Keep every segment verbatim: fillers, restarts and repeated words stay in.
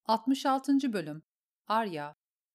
altmış altıncı. Bölüm. Arya.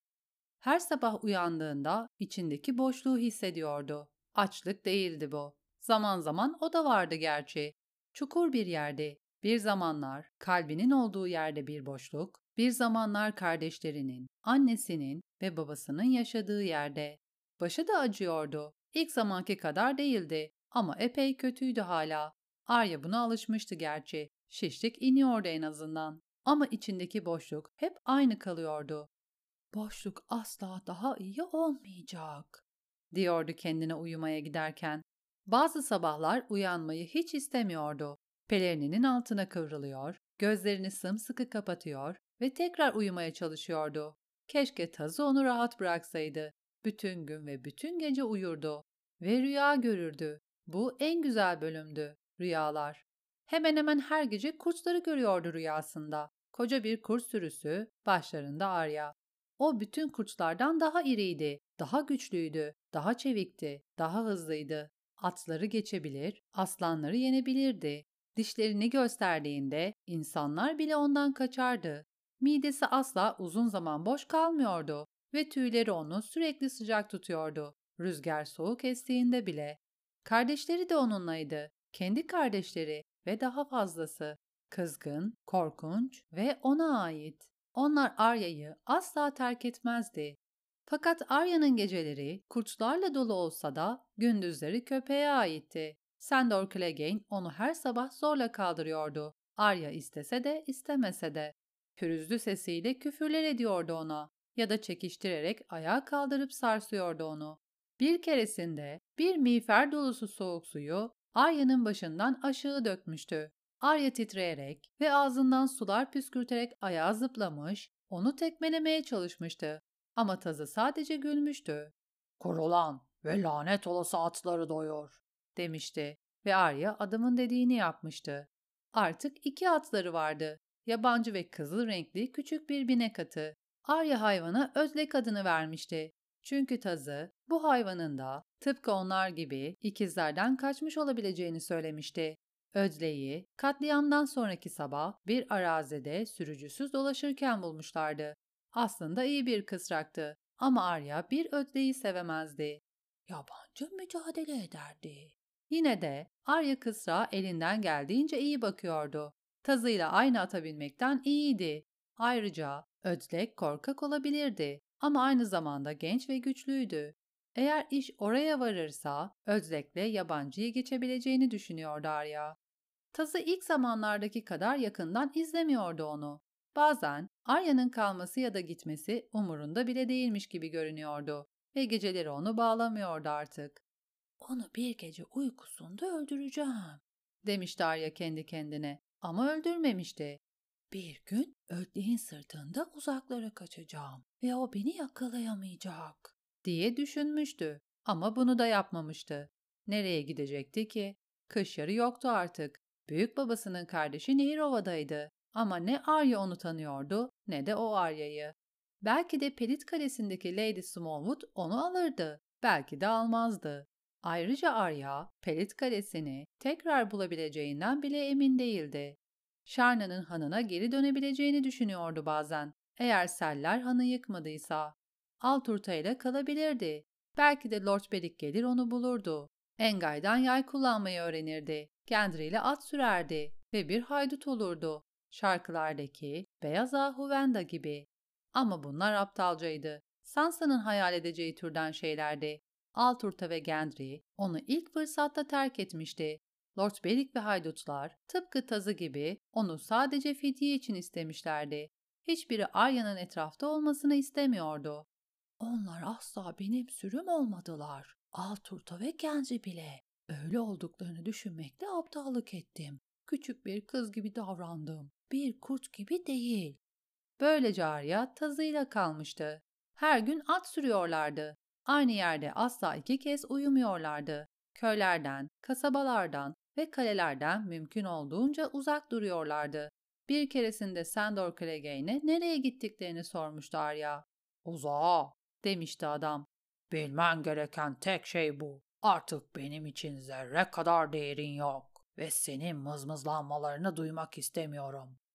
Her sabah uyandığında içindeki boşluğu hissediyordu. Açlık değildi bu. Zaman zaman o da vardı gerçi. Çukur bir yerde, bir zamanlar kalbinin olduğu yerde bir boşluk, bir zamanlar kardeşlerinin, annesinin ve babasının yaşadığı yerde. Başı da acıyordu. İlk zamanki kadar değildi ama epey kötüydü hala. Arya buna alışmıştı gerçi. Şişlik iniyordu en azından. Ama içindeki boşluk hep aynı kalıyordu. Boşluk asla daha iyi olmayacak, diyordu kendine uyumaya giderken. Bazı sabahlar uyanmayı hiç istemiyordu. Pelerininin altına kıvrılıyor, gözlerini sımsıkı kapatıyor ve tekrar uyumaya çalışıyordu. Keşke tazı onu rahat bıraksaydı. Bütün gün ve bütün gece uyurdu ve rüya görürdü. Bu en güzel bölümdü, rüyalar. Hemen hemen her gece kurtları görüyordu rüyasında. Koca bir kurt sürüsü, başlarında Arya. O bütün kurtlardan daha iriydi, daha güçlüydü, daha çevikti, daha hızlıydı. Atları geçebilir, aslanları yenebilirdi. Dişlerini gösterdiğinde insanlar bile ondan kaçardı. Midesi asla uzun zaman boş kalmıyordu ve tüyleri onu sürekli sıcak tutuyordu. Rüzgar soğuk estiğinde bile. Kardeşleri de onunlaydı. Kendi kardeşleri ve daha fazlası. Kızgın, korkunç ve ona ait. Onlar Arya'yı asla terk etmezdi. Fakat Arya'nın geceleri kurtlarla dolu olsa da gündüzleri köpeğe aitti. Sandor Clegane onu her sabah zorla kaldırıyordu. Arya istese de istemese de. Pürüzlü sesiyle küfürler ediyordu ona ya da çekiştirerek ayağa kaldırıp sarsıyordu onu. Bir keresinde bir miğfer dolusu soğuk suyu Arya'nın başından aşağı dökmüştü. Arya titreyerek ve ağzından sular püskürterek ayağa zıplamış, onu tekmelemeye çalışmıştı. Ama tazı sadece gülmüştü. "Kurulan ve lanet olası atları doyur," demişti ve Arya adamın dediğini yapmıştı. Artık iki atları vardı. Yabancı ve kızıl renkli küçük bir binek atı. Arya hayvana Özlek adını vermişti. Çünkü tazı bu hayvanın da tıpkı onlar gibi ikizlerden kaçmış olabileceğini söylemişti. Ödleği, katliamdan sonraki sabah bir arazide sürücüsüz dolaşırken bulmuşlardı. Aslında iyi bir kısraktı ama Arya bir ödleği sevemezdi. Yabancı mücadele ederdi. Yine de Arya kısrağa elinden geldiğince iyi bakıyordu. Tazıyla aynı ata binmekten iyiydi. Ayrıca ödlek korkak olabilirdi ama aynı zamanda genç ve güçlüydü. Eğer iş oraya varırsa ödlekle yabancıyı geçebileceğini düşünüyordu Arya. Tazı ilk zamanlardaki kadar yakından izlemiyordu onu. Bazen Arya'nın kalması ya da gitmesi umurunda bile değilmiş gibi görünüyordu ve geceleri onu bağlamıyordu artık. "Onu bir gece uykusunda öldüreceğim," demişti Arya kendi kendine ama öldürmemişti. "Bir gün ödleğin sırtında uzaklara kaçacağım ve o beni yakalayamayacak," diye düşünmüştü ama bunu da yapmamıştı. Nereye gidecekti ki? Kış yarı yoktu artık. Büyük babasının kardeşi Nehirova'daydı ama ne Arya onu tanıyordu ne de o Arya'yı. Belki de Pelit Kalesi'ndeki Lady Smallwood onu alırdı, belki de almazdı. Ayrıca Arya, Pelit Kalesi'ni tekrar bulabileceğinden bile emin değildi. Sharna'nın hanına geri dönebileceğini düşünüyordu bazen, eğer seller hanı yıkmadıysa. Alturta ile kalabilirdi. Belki de Lord Beric gelir onu bulurdu. Engay'dan yay kullanmayı öğrenirdi. Gendry ile at sürerdi ve bir haydut olurdu. Şarkılardaki Beyaz Ahuvenda gibi. Ama bunlar aptalcaydı. Sansa'nın hayal edeceği türden şeylerdi. Alturta ve Gendry onu ilk fırsatta terk etmişti. Lord Beric ve haydutlar tıpkı tazı gibi onu sadece fidye için istemişlerdi. Hiçbiri Arya'nın etrafta olmasını istemiyordu. "Onlar asla benim sürüm olmadılar. Alturta ve Gendry bile. Öyle olduklarını düşünmekle aptallık ettim. Küçük bir kız gibi davrandım. Bir kurt gibi değil." Böylece Arya tazıyla kalmıştı. Her gün at sürüyorlardı. Aynı yerde asla iki kez uyumuyorlardı. Köylerden, kasabalardan ve kalelerden mümkün olduğunca uzak duruyorlardı. Bir keresinde Sandor Clegane'e nereye gittiklerini sormuştu Arya. "Uzağa," demişti adam. "Bilmen gereken tek şey bu. Artık benim için zerre kadar değerin yok ve senin mızmızlanmalarını duymak istemiyorum.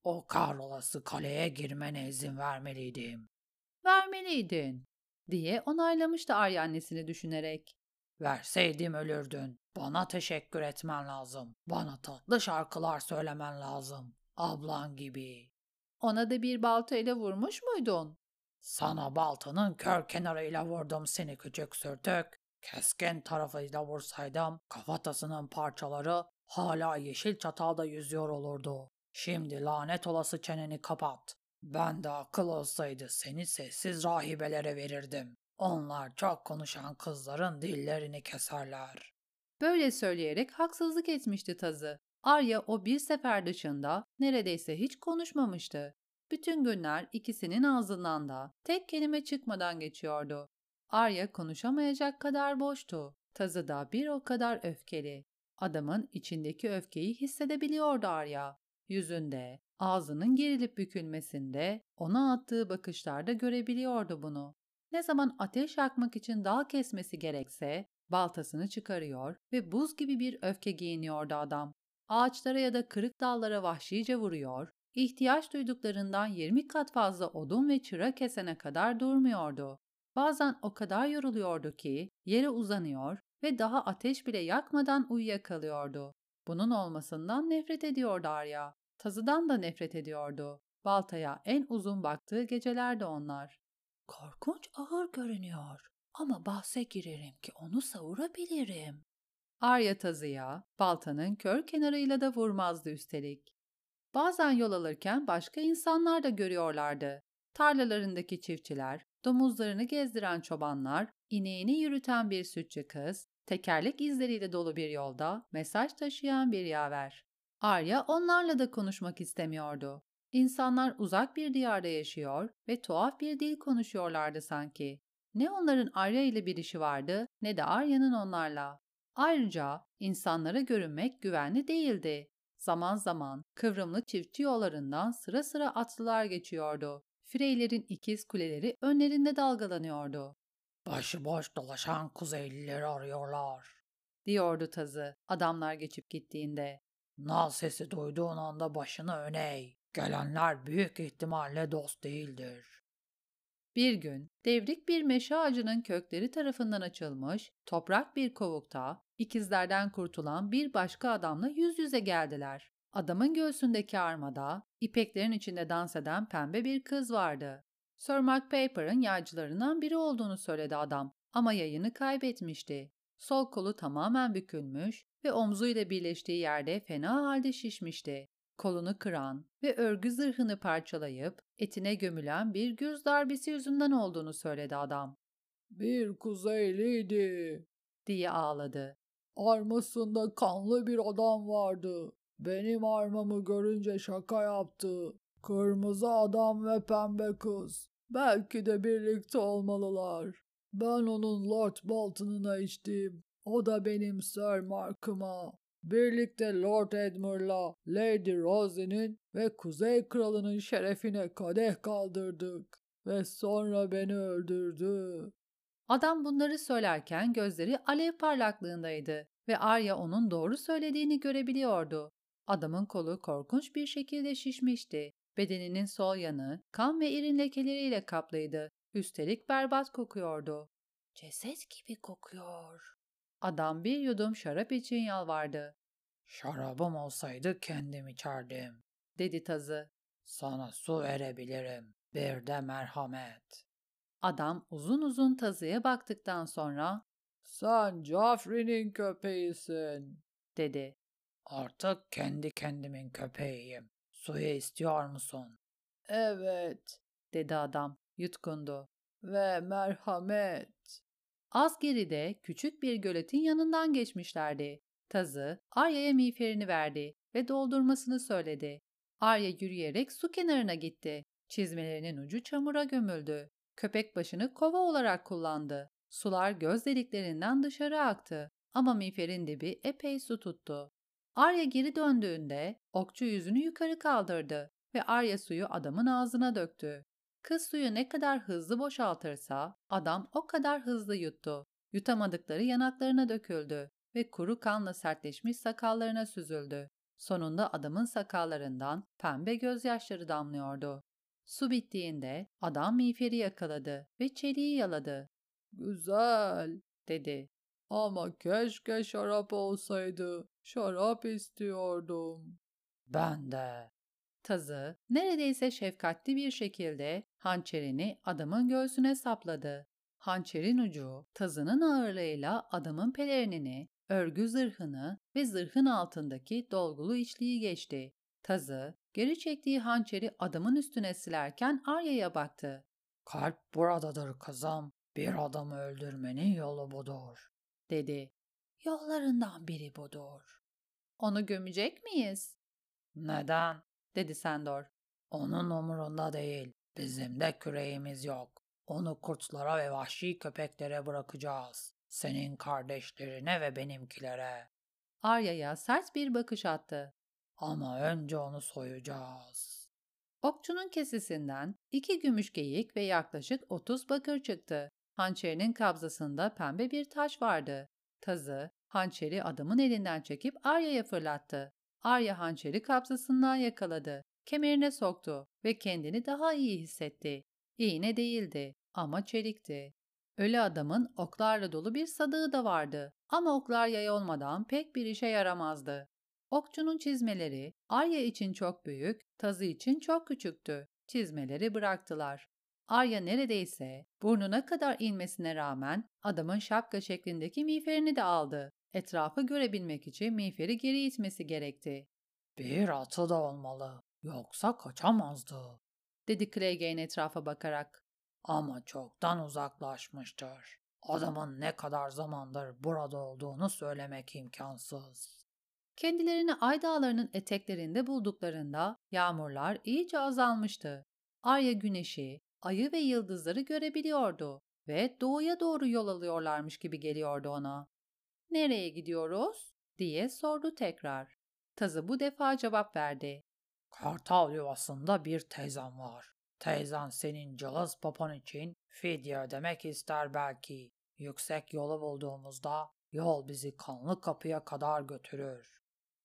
O kahrolası kaleye girmene izin vermeliydim. Vermeliydin, diye onaylamıştı Arya annesini düşünerek. Verseydim ölürdün. Bana teşekkür etmen lazım. Bana tatlı şarkılar söylemen lazım. Ablan gibi. Ona da bir balta ile vurmuş muydun? Sana baltanın kör kenarıyla vurdum seni küçük sürtük. Keskin tarafıyla vursaydım kafatasının parçaları hala yeşil çatalda yüzüyor olurdu. Şimdi lanet olası çeneni kapat. Ben de akıl olsaydı seni sessiz rahibelere verirdim. Onlar çok konuşan kızların dillerini keserler. Böyle söyleyerek haksızlık etmişti tazı. Arya o bir sefer dışında neredeyse hiç konuşmamıştı. Bütün günler ikisinin ağzından da tek kelime çıkmadan geçiyordu. Arya konuşamayacak kadar boştu. Tazı da bir o kadar öfkeli. Adamın içindeki öfkeyi hissedebiliyordu Arya. Yüzünde, ağzının gerilip bükülmesinde, ona attığı bakışlarda görebiliyordu bunu. Ne zaman ateş yakmak için dal kesmesi gerekse, baltasını çıkarıyor ve buz gibi bir öfke giyiniyordu adam. Ağaçlara ya da kırık dallara vahşice vuruyor, ihtiyaç duyduklarından yirmi kat fazla odun ve çıra kesene kadar durmuyordu. Bazen o kadar yoruluyordu ki yere uzanıyor ve daha ateş bile yakmadan uyuyakalıyordu. Bunun olmasından nefret ediyordu Arya. Tazıdan da nefret ediyordu. Baltaya en uzun baktığı gecelerdi onlar. Korkunç ağır görünüyor. Ama bahse girerim ki onu savurabilirim. Arya tazıya, baltanın kör kenarıyla da vurmazdı üstelik. Bazen yol alırken başka insanlar da görüyorlardı. Tarlalarındaki çiftçiler, domuzlarını gezdiren çobanlar, ineğini yürüten bir sütçü kız, tekerlek izleriyle dolu bir yolda mesaj taşıyan bir yaver. Arya onlarla da konuşmak istemiyordu. İnsanlar uzak bir diyarda yaşıyor ve tuhaf bir dil konuşuyorlardı sanki. Ne onların Arya ile bir işi vardı ne de Arya'nın onlarla. Ayrıca insanlara görünmek güvenli değildi. Zaman zaman kıvrımlı çiftçi yollarından sıra sıra atlılar geçiyordu. Freylerin ikiz kuleleri önlerinde dalgalanıyordu. Başıboş dolaşan Kuzeylileri arıyorlar, Diyordu tazı adamlar geçip gittiğinde. Nal sesi duyduğun anda başını öne eğ. Gelenler büyük ihtimalle dost değildir. Bir gün devrik bir meşe ağacının kökleri tarafından açılmış, toprak bir kovukta ikizlerden kurtulan bir başka adamla yüz yüze geldiler. Adamın göğsündeki armada, ipeklerin içinde dans eden pembe bir kız vardı. Sir Mark Paper'ın yaycılarından biri olduğunu söyledi adam ama yayını kaybetmişti. Sol kolu tamamen bükülmüş ve omzuyla birleştiği yerde fena halde şişmişti. Kolunu kıran ve örgü zırhını parçalayıp etine gömülen bir gürz darbesi yüzünden olduğunu söyledi adam. Bir Kuzeyliydi, Diye ağladı. armasında kanlı bir adam vardı. Benim armamı görünce şaka yaptı. Kırmızı adam ve pembe kız. Belki de birlikte olmalılar. Ben onun Lord Bolton'una içtim. O da benim Sir Mark'ıma. Birlikte Lord Edmund'la Lady Rosie'nin ve Kuzey Kralı'nın şerefine kadeh kaldırdık. Ve sonra beni öldürdü. Adam bunları söylerken gözleri alev parlaklığındaydı ve Arya onun doğru söylediğini görebiliyordu. Adamın kolu korkunç bir şekilde şişmişti. Bedeninin sol yanı kan ve irin lekeleriyle kaplıydı. Üstelik berbat kokuyordu. Ceset gibi kokuyor. Adam bir yudum şarap için yalvardı. Şarabım olsaydı kendim içerdim, Dedi tazı. Sana su verebilirim. Bir de merhamet. Adam uzun uzun tazıya baktıktan sonra Sen Joffrey'nin köpeğisin, dedi. Artık kendi kendimin köpeğiyim. Suyu istiyor musun? Evet, Dedi adam. Yutkundu. ve merhamet. Az geride küçük bir göletin yanından geçmişlerdi. Tazı Arya'ya miğferini verdi ve doldurmasını söyledi. Arya yürüyerek su kenarına gitti. Çizmelerinin ucu çamura gömüldü. Köpek başını kova olarak kullandı. Sular göz deliklerinden dışarı aktı ama miğferin dibi epey su tuttu. Arya geri döndüğünde okçu yüzünü yukarı kaldırdı ve Arya suyu adamın ağzına döktü. Kız suyu ne kadar hızlı boşaltırsa adam o kadar hızlı yuttu. Yutamadıkları yanaklarına döküldü ve kuru kanla sertleşmiş sakallarına süzüldü. Sonunda adamın sakallarından pembe gözyaşları damlıyordu. Su bittiğinde adam miğferi yakaladı ve çeliği yaladı. Güzel, Dedi. ama keşke şarap olsaydı. Şarap istiyordum. Ben de. Tazı neredeyse şefkatli bir şekilde hançerini adamın göğsüne sapladı. Hançerin ucu tazının ağırlığıyla adamın pelerinini, örgü zırhını ve zırhın altındaki dolgulu içliği geçti. Tazı geri çektiği hançeri adamın üstüne silerken Arya'ya baktı. Kalp buradadır kızım. Bir adamı öldürmenin yolu budur, Dedi. Yollarından biri budur. Onu gömecek miyiz? Neden? Dedi Sandor. Onun umurunda değil. Bizim de küreğimiz yok. Onu kurtlara ve vahşi köpeklere bırakacağız. Senin kardeşlerine ve benimkilere. Arya'ya sert bir bakış attı. Ama önce onu soyacağız. Okçunun kesesinden iki gümüş geyik ve yaklaşık otuz bakır çıktı. Hançerinin kabzasında pembe bir taş vardı. Tazı, hançeri adamın elinden çekip Arya'ya fırlattı. Arya hançeri kabzasından yakaladı. Kemerine soktu ve kendini daha iyi hissetti. İğne değildi ama çelikti. Ölü adamın oklarla dolu bir sadığı da vardı ama oklar yay olmadan pek bir işe yaramazdı. Okçunun çizmeleri Arya için çok büyük, Tazı için çok küçüktü. Çizmeleri bıraktılar. Arya neredeyse burnuna kadar inmesine rağmen adamın şapka şeklindeki miğferini de aldı. Etrafı görebilmek için miğferi geri itmesi gerekti. Bir atı da olmalı. Yoksa kaçamazdı. Dedi Clegane etrafa bakarak. Ama çoktan uzaklaşmıştır. Adamın ne kadar zamandır burada olduğunu söylemek imkansız. Kendilerini Ay Dağları'nın eteklerinde bulduklarında yağmurlar iyice azalmıştı. Arya güneşi, ayı ve yıldızları görebiliyordu ve doğuya doğru yol alıyorlarmış gibi geliyordu ona. "Nereye gidiyoruz?" diye sordu tekrar. Tazı bu defa cevap verdi. Kartal yuvasında bir teyzem var. Teyzen senin cılız papan için fidye ödemek ister belki. Yüksek yolu bulduğumuzda yol bizi kanlı kapıya kadar götürür.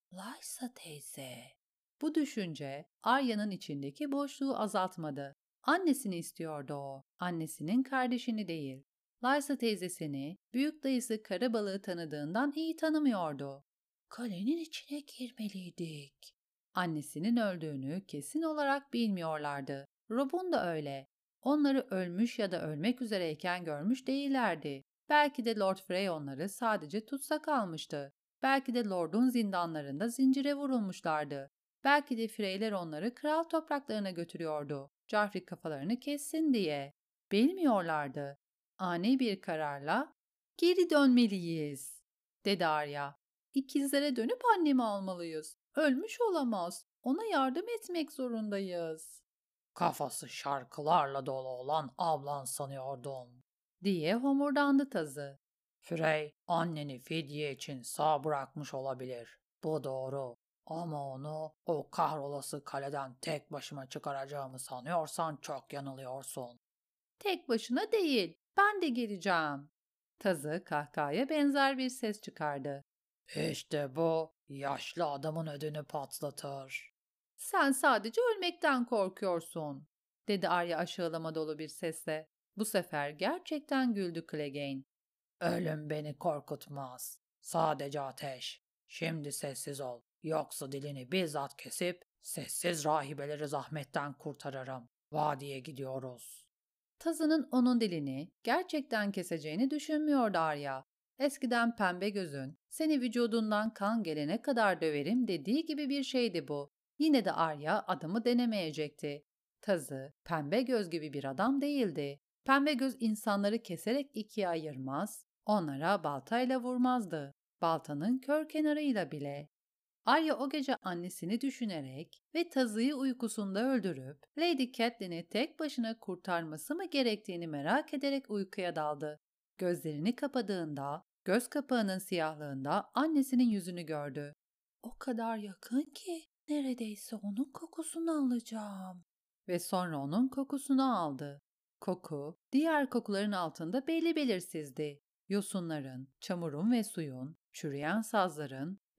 Lysa teyze. Bu düşünce Arya'nın içindeki boşluğu azaltmadı. Annesini istiyordu o, annesinin kardeşini değil. Lysa teyzesini büyük dayısı Karabalığı tanıdığından iyi tanımıyordu. Kalenin içine girmeliydik. Annesinin öldüğünü kesin olarak bilmiyorlardı. Rob'un da öyle. Onları ölmüş ya da ölmek üzereyken görmüş değillerdi. Belki de Lord Frey onları sadece tutsak almıştı. Belki de Lord'un zindanlarında zincire vurulmuşlardı. Belki de Freyler onları kral topraklarına götürüyordu. Joffrey kafalarını kessin diye. Bilmiyorlardı. Ani bir kararla "Geri dönmeliyiz," dedi Arya. "İkizlere dönüp annemi almalıyız. Ölmüş olamaz. Ona yardım etmek zorundayız." Kafası şarkılarla dolu olan ablan sanıyordum. diye homurdandı Tazı. Frey anneni fidye için sağ bırakmış olabilir. Bu doğru. Ama onu o kahrolası kaleden tek başıma çıkaracağımı sanıyorsan çok yanılıyorsun. "Tek başına değil, ben de geleceğim." Tazı kahkahaya benzer bir ses çıkardı. İşte bu yaşlı adamın ödünü patlatır. "Sen sadece ölmekten korkuyorsun," dedi Arya aşağılama dolu bir sesle. Bu sefer gerçekten güldü Clegane. Ölüm beni korkutmaz. Sadece ateş. Şimdi sessiz ol. Yoksa dilini bizzat kesip sessiz rahibeleri zahmetten kurtarırım. Vadiye gidiyoruz. Tazının onun dilini gerçekten keseceğini düşünmüyordu Arya. Eskiden pembe gözün seni vücudundan kan gelene kadar döverim dediği gibi bir şeydi bu. Yine de Arya adamı denemeyecekti. Tazı pembe göz gibi bir adam değildi. Pembe göz insanları keserek ikiye ayırmaz, onlara baltayla vurmazdı. Baltanın kör kenarıyla bile. Arya o gece annesini düşünerek ve Tazı'yı uykusunda öldürüp Lady Catelyn'i tek başına kurtarması mı gerektiğini merak ederek uykuya daldı. Gözlerini kapadığında göz kapağının siyahlığında annesinin yüzünü gördü. "O kadar yakın ki neredeyse onun kokusunu alacağım." Ve sonra onun kokusunu aldı. Koku, diğer kokuların altında belli belirsizdi. Yosunların, çamurun ve suyun, çürüyen sazların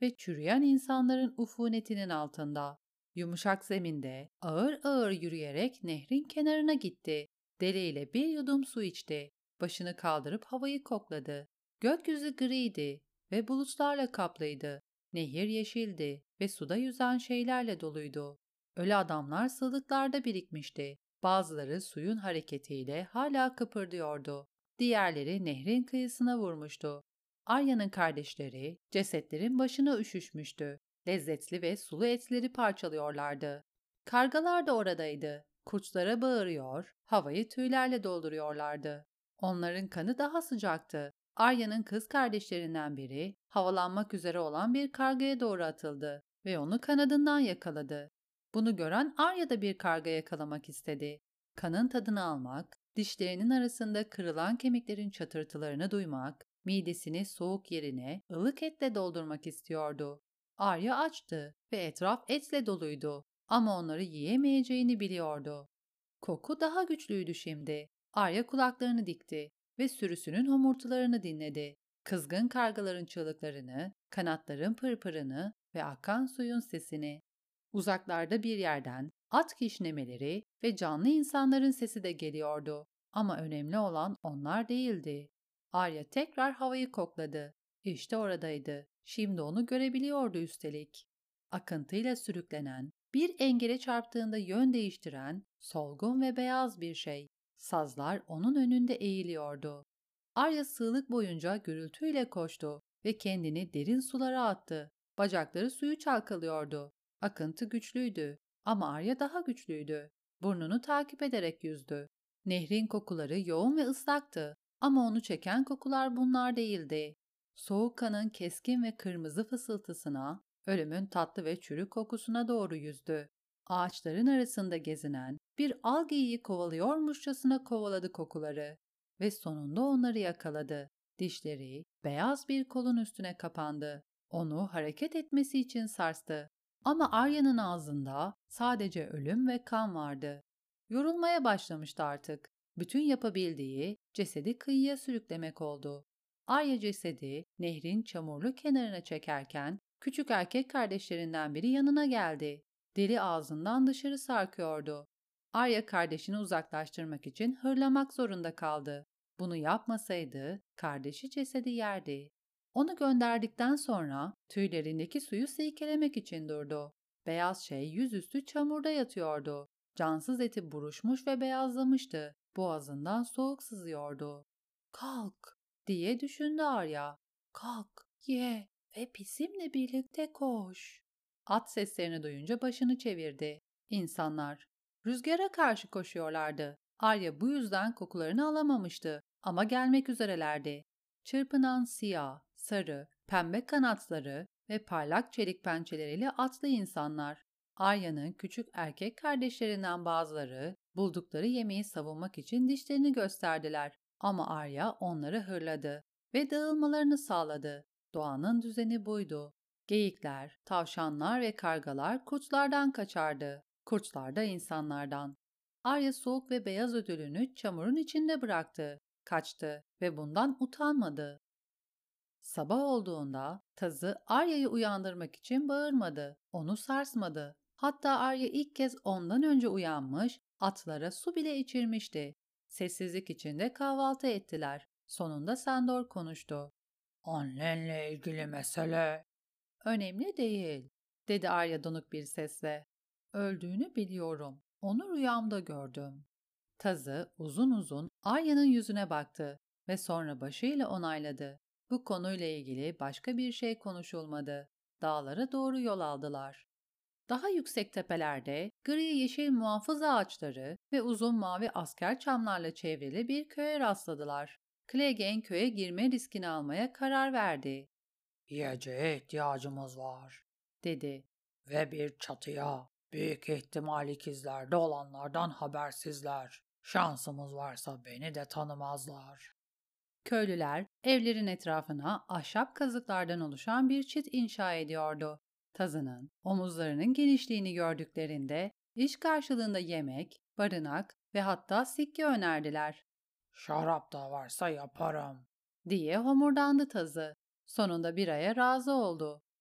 ve çürüyen insanların ufunetinin altında. Yumuşak zeminde ağır ağır yürüyerek nehrin kenarına gitti. Deliyle bir yudum su içti. Başını kaldırıp havayı kokladı. Gökyüzü griydi ve bulutlarla kaplıydı. Nehir yeşildi ve suda yüzen şeylerle doluydu. Ölü adamlar sığlıklarda birikmişti. Bazıları suyun hareketiyle hala kıpırdıyordu. Diğerleri nehrin kıyısına vurmuştu. Arya'nın kardeşleri cesetlerin başına üşüşmüştü. Lezzetli ve sulu etleri parçalıyorlardı. Kargalar da oradaydı. Kurtlara bağırıyor, havayı tüylerle dolduruyorlardı. Onların kanı daha sıcaktı. Arya'nın kız kardeşlerinden biri havalanmak üzere olan bir kargaya doğru atıldı ve onu kanadından yakaladı. Bunu gören Arya da bir karga yakalamak istedi. Kanın tadını almak, dişlerinin arasında kırılan kemiklerin çatırtılarını duymak, midesini soğuk yerine ılık etle doldurmak istiyordu. Arya açtı ve etraf etle doluydu ama onları yiyemeyeceğini biliyordu. Koku daha güçlüydü şimdi. Arya kulaklarını dikti ve sürüsünün homurtularını dinledi. Kızgın kargaların çığlıklarını, kanatların pırpırını ve akan suyun sesini. Uzaklarda bir yerden at kişnemeleri ve canlı insanların sesi de geliyordu. Ama önemli olan onlar değildi. Arya tekrar havayı kokladı. İşte oradaydı. Şimdi onu görebiliyordu üstelik. Akıntıyla sürüklenen, bir engele çarptığında yön değiştiren, solgun ve beyaz bir şey. Sazlar onun önünde eğiliyordu. Arya sığlık boyunca gürültüyle koştu ve kendini derin sulara attı. Bacakları suyu çalkalıyordu. Akıntı güçlüydü ama Arya daha güçlüydü. Burnunu takip ederek yüzdü. Nehrin kokuları yoğun ve ıslaktı ama onu çeken kokular bunlar değildi. Soğuk kanın keskin ve kırmızı fısıltısına, ölümün tatlı ve çürük kokusuna doğru yüzdü. Ağaçların arasında gezinen bir algıyı kovalıyormuşçasına kovaladı kokuları ve sonunda onları yakaladı. Dişleri beyaz bir kolun üstüne kapandı. Onu hareket etmesi için sarstı. Ama Arya'nın ağzında sadece ölüm ve kan vardı. Yorulmaya başlamıştı artık. Bütün yapabildiği cesedi kıyıya sürüklemek oldu. Arya cesedi nehrin çamurlu kenarına çekerken küçük erkek kardeşlerinden biri yanına geldi. Deri ağzından dışarı sarkıyordu. Arya kardeşini uzaklaştırmak için hırlamak zorunda kaldı. Bunu yapmasaydı kardeşi cesedi yerdi. Onu gönderdikten sonra tüylerindeki suyu silkelemek için durdu. Beyaz şey yüzüstü çamurda yatıyordu. Cansız eti buruşmuş ve beyazlamıştı. Boğazından soğuk sızıyordu. "Kalk!" diye düşündü Arya. "Kalk, ye ve bizimle birlikte koş." At seslerini duyunca başını çevirdi. İnsanlar rüzgara karşı koşuyorlardı. Arya bu yüzden kokularını alamamıştı ama gelmek üzerelerdi. Çırpınan siyah, sarı, pembe kanatları ve parlak çelik pençeleriyle atlı insanlar. Arya'nın küçük erkek kardeşlerinden bazıları buldukları yemeği savunmak için dişlerini gösterdiler. Ama Arya onları hırladı ve dağılmalarını sağladı. Doğanın düzeni buydu. Geyikler, tavşanlar ve kargalar kurtlardan kaçardı. Kurtlar da insanlardan. Arya soğuk ve beyaz ödülünü çamurun içinde bıraktı. Kaçtı ve bundan utanmadı. Sabah olduğunda tazı Arya'yı uyandırmak için bağırmadı, onu sarsmadı. Hatta Arya ilk kez ondan önce uyanmış, atlara su bile içirmişti. Sessizlik içinde kahvaltı ettiler. Sonunda Sandor konuştu. "Annenle ilgili mesele." "Önemli değil," dedi Arya donuk bir sesle. "Öldüğünü biliyorum. Onu rüyamda gördüm." Tazı uzun uzun Arya'nın yüzüne baktı ve sonra başıyla onayladı. Bu konuyla ilgili başka bir şey konuşulmadı. Dağlara doğru yol aldılar. Daha yüksek tepelerde gri yeşil muhafız ağaçları ve uzun mavi asker çamlarla çevrili bir köye rastladılar. Clegane köye girme riskini almaya karar verdi. "Yiyeceğe ihtiyacımız var," dedi. "ve bir çatıya. Büyük ihtimal ikizlerde olanlardan habersizler. Şansımız varsa beni de tanımazlar." Köylüler evlerin etrafına ahşap kazıklardan oluşan bir çit inşa ediyordu. Tazının omuzlarının genişliğini gördüklerinde iş karşılığında yemek, barınak ve hatta sikke önerdiler. "Şarap da varsa yaparım," diye homurdandı Tazı. Sonunda bir aya razı oldu.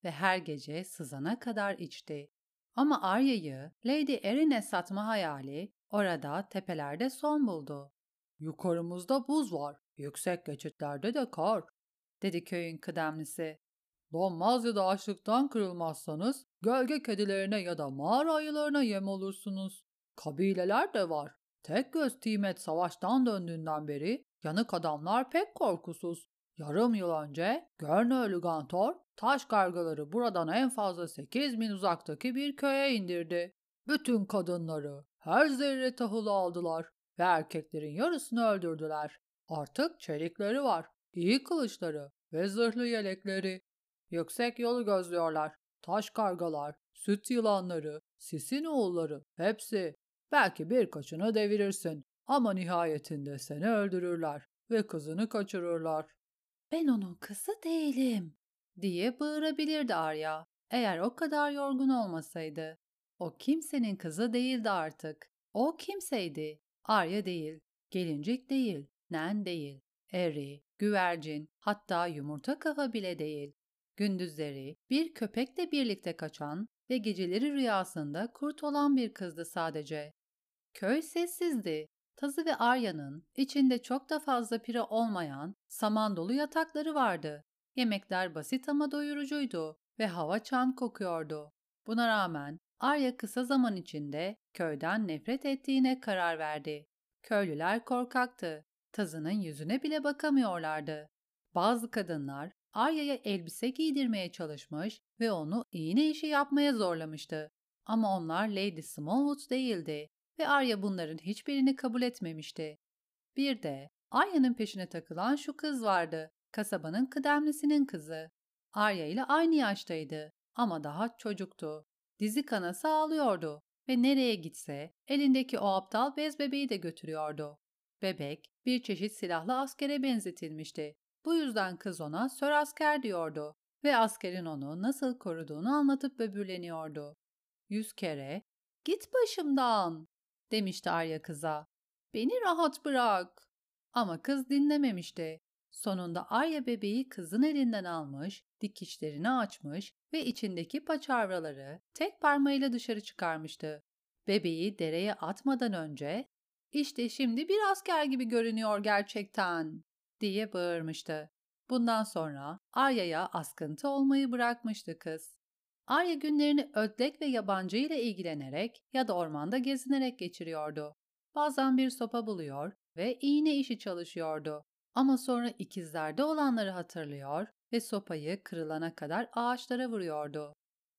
ve her gece sızana kadar içti. Ama Arya'yı Lady Erin'e satma hayali orada tepelerde son buldu. Yukarımızda buz var, yüksek geçitlerde de kar, dedi köyün kıdemlisi. Donmaz ya da açlıktan kırılmazsanız gölge kedilerine ya da mağara ayılarına yem olursunuz. Kabileler de var. Tek göz Timet savaştan döndüğünden beri yanık adamlar pek korkusuz. Yarım yıl önce Görnöylü Gantor taş kargaları buradan en fazla sekiz mil uzaktaki bir köye indirdi. Bütün kadınları, her zerre tahılı aldılar ve erkeklerin yarısını öldürdüler. Artık çelikleri var, iyi kılıçları ve zırhlı yelekleri. Yüksek yolu gözlüyorlar. Taş kargalar, süt yılanları, sisin oğulları hepsi. Belki birkaçını devirirsin ama nihayetinde seni öldürürler ve kızını kaçırırlar. Ben onun kızı değilim diye bağırabilirdi Arya eğer o kadar yorgun olmasaydı. O kimsenin kızı değildi artık. O kimseydi. Arya değil, gelincik değil, nen değil, eri, güvercin, hatta yumurta kafa bile değil. Gündüzleri bir köpekle birlikte kaçan ve geceleri rüyasında kurt olan bir kızdı sadece. Köy sessizdi. Tazı ve Arya'nın içinde çok da fazla pire olmayan saman dolu yatakları vardı. Yemekler basit ama doyurucuydu ve hava çam kokuyordu. Buna rağmen Arya kısa zaman içinde köyden nefret ettiğine karar verdi. Köylüler korkaktı. Tazının yüzüne bile bakamıyorlardı. Bazı kadınlar Arya'ya elbise giydirmeye çalışmış ve onu iğne işi yapmaya zorlamıştı. Ama onlar Lady Smallwood değildi ve Arya bunların hiçbirini kabul etmemişti. Bir de Arya'nın peşine takılan şu kız vardı, kasabanın kıdemlisinin kızı. Arya ile aynı yaştaydı ama daha çocuktu. Dizi kanası ağlıyordu ve nereye gitse elindeki o aptal bez bebeği de götürüyordu. Bebek bir çeşit silahlı askere benzetilmişti. Bu yüzden kız ona Sör Asker diyordu ve askerin onu nasıl koruduğunu anlatıp böbürleniyordu. Yüz kere "Git başımdan!" demişti Arya kıza. "Beni rahat bırak." Ama kız dinlememişti. Sonunda Arya bebeği kızın elinden almış, dikişlerini açmış ve içindeki paçavraları tek parmağıyla dışarı çıkarmıştı. Bebeği dereye atmadan önce "İşte şimdi bir asker gibi görünüyor gerçekten!" diye bağırmıştı. Bundan sonra Arya'ya askıntı olmayı bırakmıştı kız. Arya günlerini ödlek ve yabancı ile ilgilenerek ya da ormanda gezinerek geçiriyordu. Bazen bir sopa buluyor ve iğne işi çalışıyordu. Ama sonra ikizlerde olanları hatırlıyor ve sopayı kırılana kadar ağaçlara vuruyordu.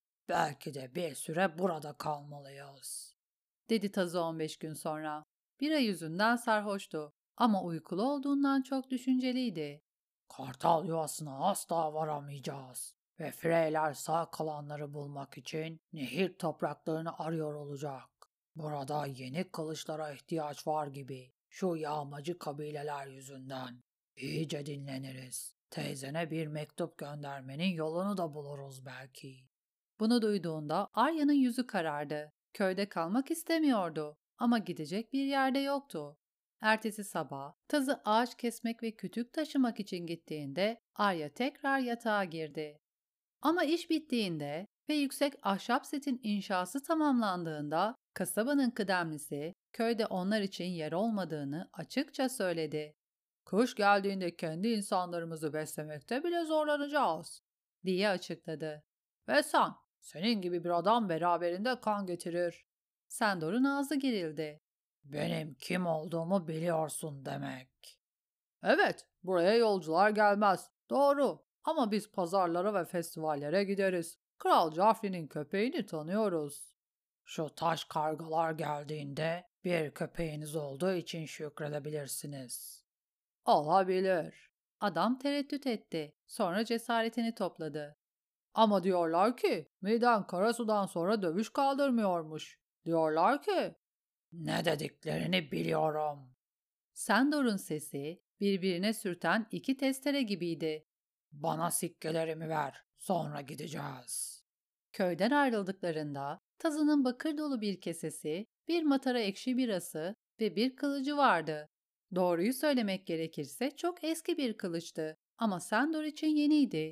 Belki de bir süre burada kalmalıyız, dedi Tazı on beş gün sonra. Bira yüzünden sarhoştu ama uykulu olduğundan çok düşünceliydi. Kartal yuvasına asla varamayacağız ve Freyler sağ kalanları bulmak için nehir topraklarını arıyor olacak. Burada yeni kılıçlara ihtiyaç var gibi şu yağmacı kabileler yüzünden. İyice dinleniriz. Teyzene bir mektup göndermenin yolunu da buluruz belki. Bunu duyduğunda Arya'nın yüzü karardı. Köyde kalmak istemiyordu ama gidecek bir yerde yoktu. Ertesi sabah Tazı ağaç kesmek ve kütük taşımak için gittiğinde Arya tekrar yatağa girdi. Ama iş bittiğinde ve yüksek ahşap setin inşası tamamlandığında kasabanın kıdemlisi köyde onlar için yer olmadığını açıkça söyledi. Kış geldiğinde kendi insanlarımızı beslemekte bile zorlanacağız, diye açıkladı. Ve sen, senin gibi bir adam beraberinde kan getirir. Sandor'un ağzı gerildi. Benim kim olduğumu biliyorsun demek. Evet, buraya yolcular gelmez. Doğru. Ama biz pazarlara ve festivallere gideriz. Kral Joffrey'nin köpeğini tanıyoruz. Şu taş kargalar geldiğinde bir köpeğiniz olduğu için şükredebilirsiniz. Olabilir. Adam tereddüt etti. Sonra cesaretini topladı. Ama diyorlar ki miden Karasu'dan sonra dövüş kaldırmıyormuş. Diyorlar ki... Ne dediklerini biliyorum. Sandor'un sesi birbirine sürten iki testere gibiydi. Bana sikkelerimi ver, sonra gideceğiz. Köyden ayrıldıklarında Tazı'nın bakır dolu bir kesesi, bir matara ekşi birası ve bir kılıcı vardı. Doğruyu söylemek gerekirse çok eski bir kılıçtı ama Sandor için yeniydi.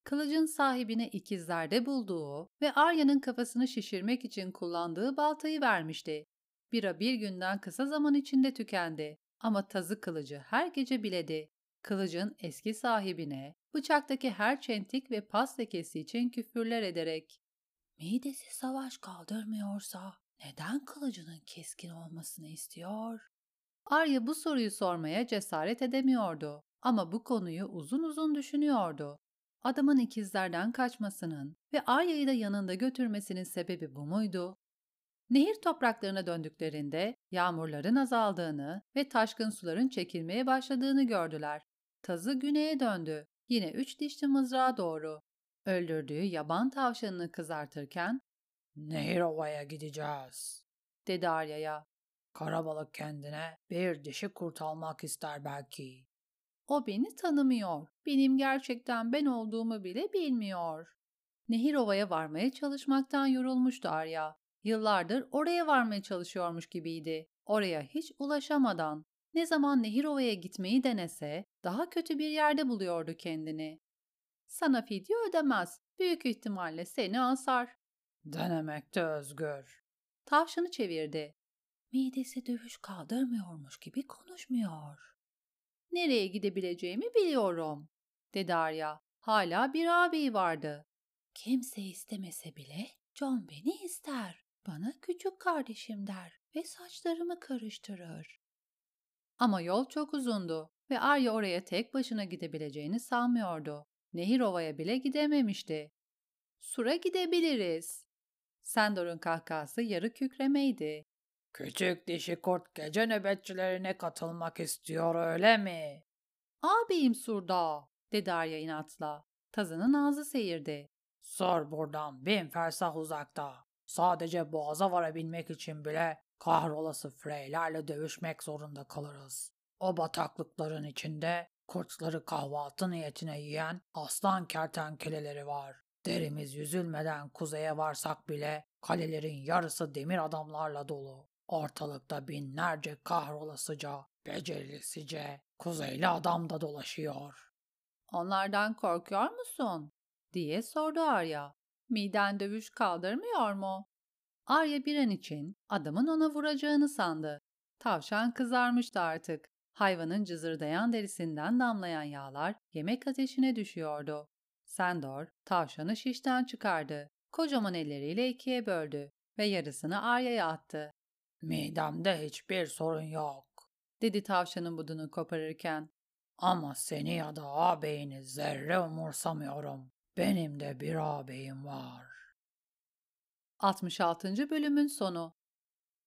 Kılıcın sahibine ikizlerde bulduğu ve Arya'nın kafasını şişirmek için kullandığı baltayı vermişti. Bira bir günden kısa zaman içinde tükendi ama tazı kılıcı her gece biledi. Kılıcın eski sahibine bıçaktaki her çentik ve pas lekesi için küfürler ederek "Midesi savaş kaldırmıyorsa neden kılıcının keskin olmasını istiyor?" Arya bu soruyu sormaya cesaret edemiyordu ama bu konuyu uzun uzun düşünüyordu. Adamın ikizlerden kaçmasının ve Arya'yı da yanında götürmesinin sebebi bu muydu? Nehir topraklarına döndüklerinde yağmurların azaldığını ve taşkın suların çekilmeye başladığını gördüler. Tazı güneye döndü, yine üç dişli mızrağa doğru. Öldürdüğü yaban tavşanını kızartırken Nehirova'ya gideceğiz, dedi Arya'ya. Karabalık kendine bir dişi kurt almak ister belki. O beni tanımıyor. Benim gerçekten ben olduğumu bile bilmiyor. Nehirova'ya varmaya çalışmaktan yorulmuştu Arya. Yıllardır oraya varmaya çalışıyormuş gibiydi. Oraya hiç ulaşamadan. Ne zaman Nehirova'ya gitmeyi denese daha kötü bir yerde buluyordu kendini. Sana fidye ödemez. Büyük ihtimalle seni asar. Denemekte özgür. Tavşanı çevirdi. Midesi dövüş kaldırmıyormuş gibi konuşmuyor. Nereye gidebileceğimi biliyorum, dedi Arya. Hala bir ağabeyi vardı. Kimse istemese bile John beni ister. Bana küçük kardeşim der ve saçlarımı karıştırır. Ama yol çok uzundu ve Arya oraya tek başına gidebileceğini sanmıyordu. Nehirova'ya bile gidememişti. Sur'a gidebiliriz. Sandor'un kahkahası yarı kükremeydi. Küçük dişi kurt gece nöbetçilerine katılmak istiyor öyle mi? Ağabeyim Sur'da, dedi Arya inatla. Tazının ağzı seyirdi. Sor buradan bin fersah uzakta. Sadece boğaza varabilmek için bile kahrolası Freylerle dövüşmek zorunda kalırız. O bataklıkların içinde kurtları kahvaltı niyetine yiyen aslan kertenkeleleri var. Derimiz yüzülmeden kuzeye varsak bile kalelerin yarısı demir adamlarla dolu. Ortalıkta binlerce kahrolasıca, becerilisice, kuzeyli adam da dolaşıyor. Onlardan korkuyor musun? Diye sordu Arya. Miden dövüş kaldırmıyor mu? Arya bir an için adamın ona vuracağını sandı. Tavşan kızarmıştı artık. Hayvanın cızırdayan derisinden damlayan yağlar yemek ateşine düşüyordu. Sandor tavşanı şişten çıkardı. Kocaman elleriyle ikiye böldü ve yarısını Arya'ya attı. Midemde hiçbir sorun yok, dedi tavşanın budunu koparırken. ama seni ya da ağabeyini zerre umursamıyorum. Benim de bir ağabeyim var. altmış altıncı bölümün sonu.